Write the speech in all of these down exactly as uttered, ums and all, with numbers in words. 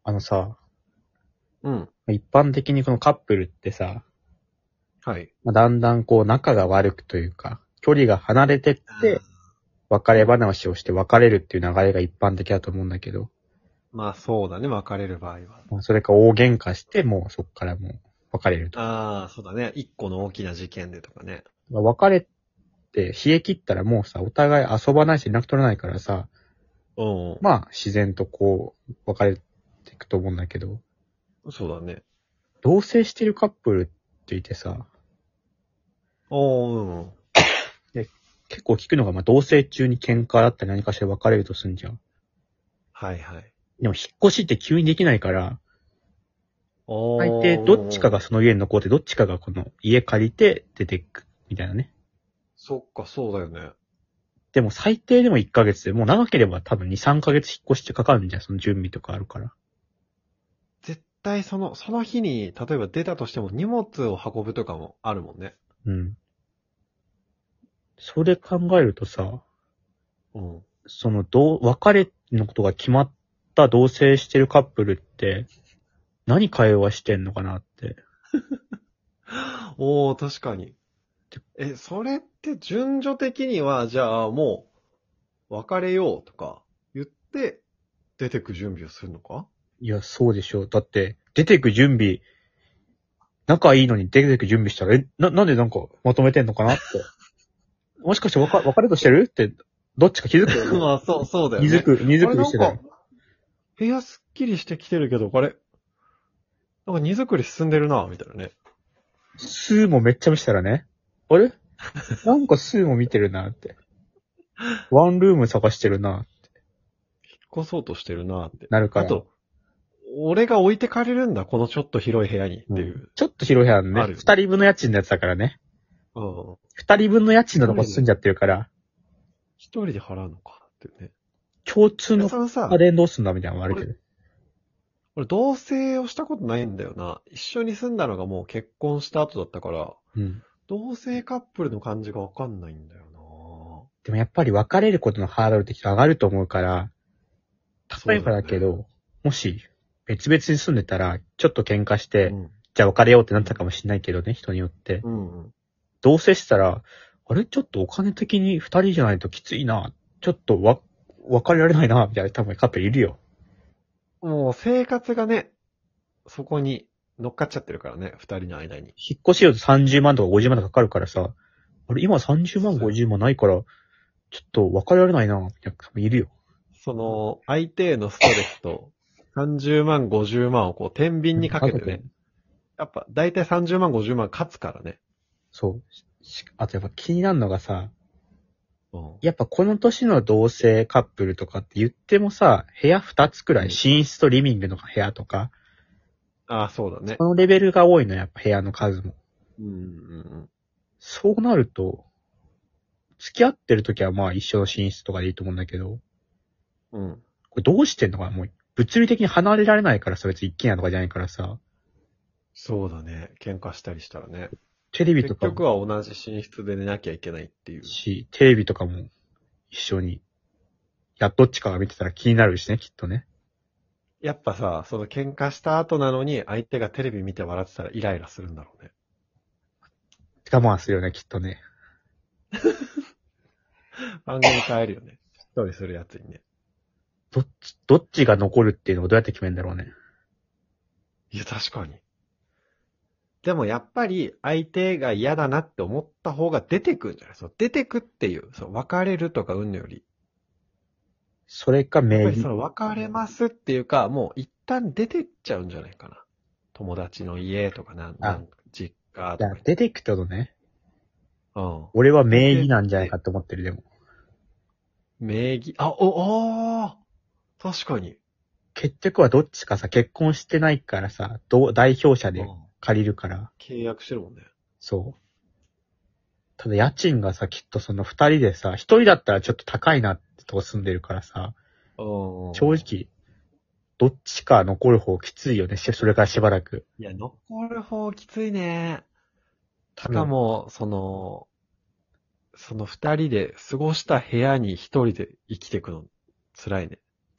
あのさ、 うん。 一般的にこのカップルってさ、 はい。 まあ、だんだんこう仲が悪くというか、距離が離れてって、別れ話をして別れるっていう流れが一般的だと思うんだけど、 まあそうだね、別れる場合は。 まあ、それか大喧嘩して、もうそっからもう別れると。 ああ、そうだね。一個の大きな事件でとかね。 まあ別れて冷え切ったらもうさ、お互い遊ばないし連絡取らないからさ、 うまあ自然とこう別れていくと思うんだけど、 ん。そうだね。 同棲してるカップルっていてさ、 おー、うん。 で結構聞くのが、まあ同棲中に喧嘩だったり何かしら別れるとすんじゃん。 はいはい。 でも引っ越しって急にできないから、大抵どっちかおー、 がその家に残って、どっちかがこの家借りて出ていく、みたいなね。 そっか、そうだよね。 でも最低でもいっかげつで、もう長ければ多分に、さんかげつ引っ越しってかかるんじゃん、その準備とかあるから。 絶対その、その日に、例えば出たとしても荷物を運ぶとかもあるもんね。 うん。それ考えるとさ、 うん。 その、どう、別れのことが決まった同棲してるカップルって、何会話してんのかなって。 おー、確かに。え、それって順序的には、じゃあもう、別れようとか言って、出てく準備をするのか？ いや、そうでしょう。だって、出てく準備、仲いいのに出てく準備したら、え、な、なんでなんかまとめてんのかなって。もしかして別別れとしてるって、どっちか気づくよね。 まあ、そう、そうだよね。 荷造り、荷あれなんか、 造りしてたら。 部屋すっきりしてきてるけど、あれなんか荷造り進んでるな、みたいなね。 スーもめっちゃ見せたらね。あれなんかスーも見てるなって。ワンルーム探してるな。 引っ越そうとしてるなって。 なるから。 あと、俺が置いてかれるんだ、このちょっと広い部屋にっていう。 ちょっと広い部屋のね。 あるよね。 二人分の家賃のやつだからね。 うん。 二人分の家賃のとこ住んじゃってるから、 一人で払うのかっていうね。え、 共通のそのさ、 家電どうすんだみたいなのもあるけ俺、 ど。 俺同棲をしたことないんだよな。一緒に住んだのがもう結婚した後だったから、 うん。 同棲カップルの感じがわかんないんだよでもやっぱり別れることのハードルって上がると思うから、 な。 例えばそうだよね。 だけど、もし別々に住んでたら、ちょっと喧嘩して、 うん。 じゃあ別れようってなったかもしれないけどね、人によって。 うんうん。 同棲したら、あれちょっとお金的に二人じゃないときついな。ちょっとわ、別れられないな、みたいな多分カップルいるよ。 もう生活がね、そこに乗っかっちゃってるからね、二人の間に。 引っ越しようとさんじゅうまんとかごじゅうまんとかかかるからさ、あれ今さんじゅうまんそうごじゅうまんないから、ちょっと別れられないな、みたいな多分いるよ。 その、相手へのストレスと、さんじゅうまん、ごじゅうまんをこう、天秤にかけてね。やっぱ、だいたいさんじゅうまん、ごじゅうまん勝つからね。 そう。しあとやっぱ気になるのがさ、 うん。 やっぱこの年の同棲カップルとかって言ってもさ、部屋ふたつくらい、 うん寝室とリビングの部屋とか、 ああ、そうだね。 そのレベルが多いの、やっぱ部屋の数も。 うんうんうん。 そうなると、付き合ってる時はまあ一緒の寝室とかでいいと思うんだけど、 うん。 これどうしてんのかなもう、物理的に離れられないからさ、別に一軒家とかじゃないからさ、 そうだね。喧嘩したりしたらね。 テレビと結かも局は同じ寝室で寝なきゃいけないっていう。 し、テレビとかも一緒に、やっどっちかが見てたら気になるしね、きっとね。 やっぱさ、その喧嘩した後なのに相手がテレビ見て笑ってたらイライラするんだろうね。 我慢するよね、きっとね。 番組変えるよね。一人するやつにね。 どっち、どっちが残るっていうのをどうやって決めるんだろうね。 いや、確かに。でもやっぱり相手が嫌だなって思った方が出てくんじゃない？そう、出てくっていう、そう、別れるとかうんのより。 それかやっ名義。 ぱりその別れますっていうか、もう一旦出てっちゃうんじゃないかな。友達の家とかなん、なあ、 んか実家いや、 とかに。 出てくってことね。 うん。 俺は名出てっ義なんじゃないかて、 って思ってる、でも。 名義、あ、お、あー確かに。 結局はどっちかさ、結婚してないからさ、どう代表者でうん。 借りるから、 契約してるもんね。 そう。ただ家賃がさ、きっとその二人でさ、一人だったらちょっと高いなってとこ住んでるからさ、 うん。 正直、どっちか残る方きついよね、しそれからしばらく。 いや、残る方きついね。し多分、 かも、その、その二人で過ごした部屋に一人で生きていくの辛いね。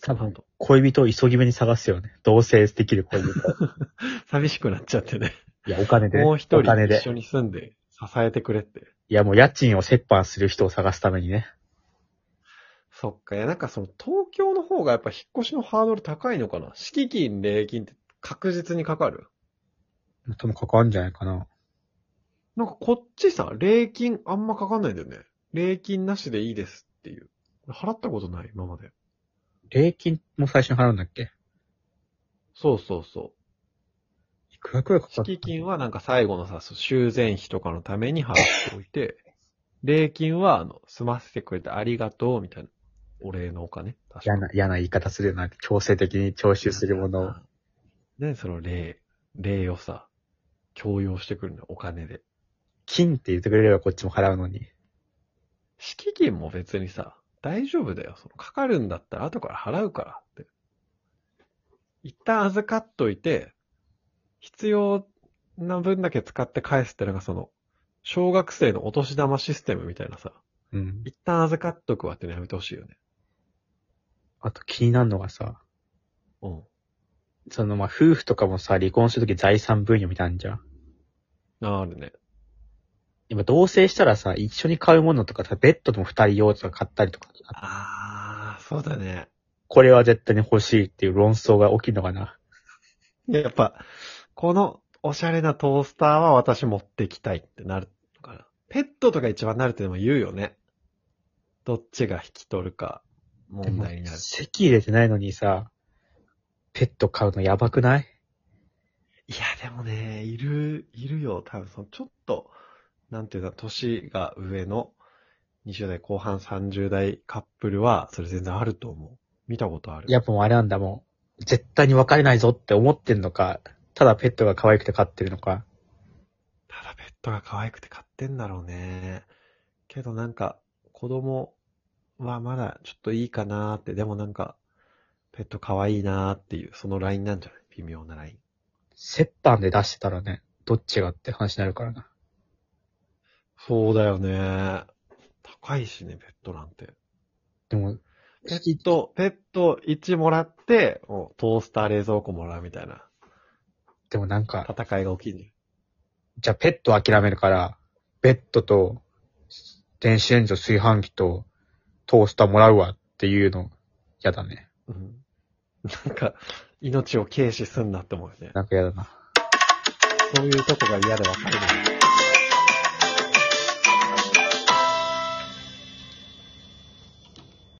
多分、恋人を急ぎ目に探すよね。同棲できる恋人。 寂しくなっちゃってね。 いや、お金でね。 もう一人お金で一緒に住んで支えてくれって。 いや、もう家賃を折半する人を探すためにね。 そっか、いや、なんかその東京の方がやっぱ引っ越しのハードル高いのかな。敷金、礼金って確実にかかる。 多分かかるんじゃないかな。 なんかこっちさ、礼金あんまかかんないんだよね。礼金なしでいいですっていう。払ったことない、今まで。 礼金も最初に払うんだっけ？ そうそうそう。 いくらくらいかかる？ 敷金はなんか最後のさ、修繕費とかのために払っておいて、礼金はあの、済ませてくれてありがとうみたいな。お礼のお金確か嫌な、嫌な言い方するよな。強制的に徴収するものを。 ね、その礼、礼をさ、強要してくるのよ、お金で。 金って言ってくれればこっちも払うのに。 敷金も別にさ、大丈夫だよ。そのかかるんだったら後から払うからって。一旦預かっといて、必要な分だけ使って返すってのがその、小学生のお年玉システムみたいなさ、 うん。 一旦預かっとくわってのやめてほしいよね。 あと気になるのがさ、 うん。 そのまあ夫婦とかもさ、離婚するとき財産分与みたいなのあんじゃん。 あ、あるね。 今同棲したらさ、一緒に買うものとかさ、ベッドでも二人用とか買ったりとか。 ああ、そうだね。 これは絶対に欲しいっていう論争が起きるのかな。 やっぱ、このおしゃれなトースターは私持ってきたいってなるのかな。ペットとか一番なるってでも言うよね。どっちが引き取るかでも問題になる。 籍入れてないのにさ、ペット飼うのやばくない？ いや、でもね、いる、いるよ。多分そのちょっと、なんていうか、年が上のにじゅう代後半さんじゅう代カップルは、それ全然あると思う。見たことある。 やっぱもうあれなんだ、もう、絶対に別れないぞって思ってんのか、ただペットが可愛くて飼ってるのか。 ただペットが可愛くて飼ってんだろうね。けどなんか、子供はまだちょっといいかなーって、でもなんか、ペット可愛いなーっていう、そのラインなんじゃない？微妙なライン。 折半で出してたらね、どっちがって話になるからな。 そうだよね。高いしね、ペットなんて。 でも、 ペット、ペットいちもらって、もうトースター冷蔵庫もらうみたいなでもなんか、 戦いが起きる。 じゃあペット諦めるから、ベッドと、電子レンジと炊飯器と、トースターもらうわっていうの、やだね。 うん。なんか、命を軽視すんなって思うよね。 なんかやだな。 そういうとこが嫌でわかるね。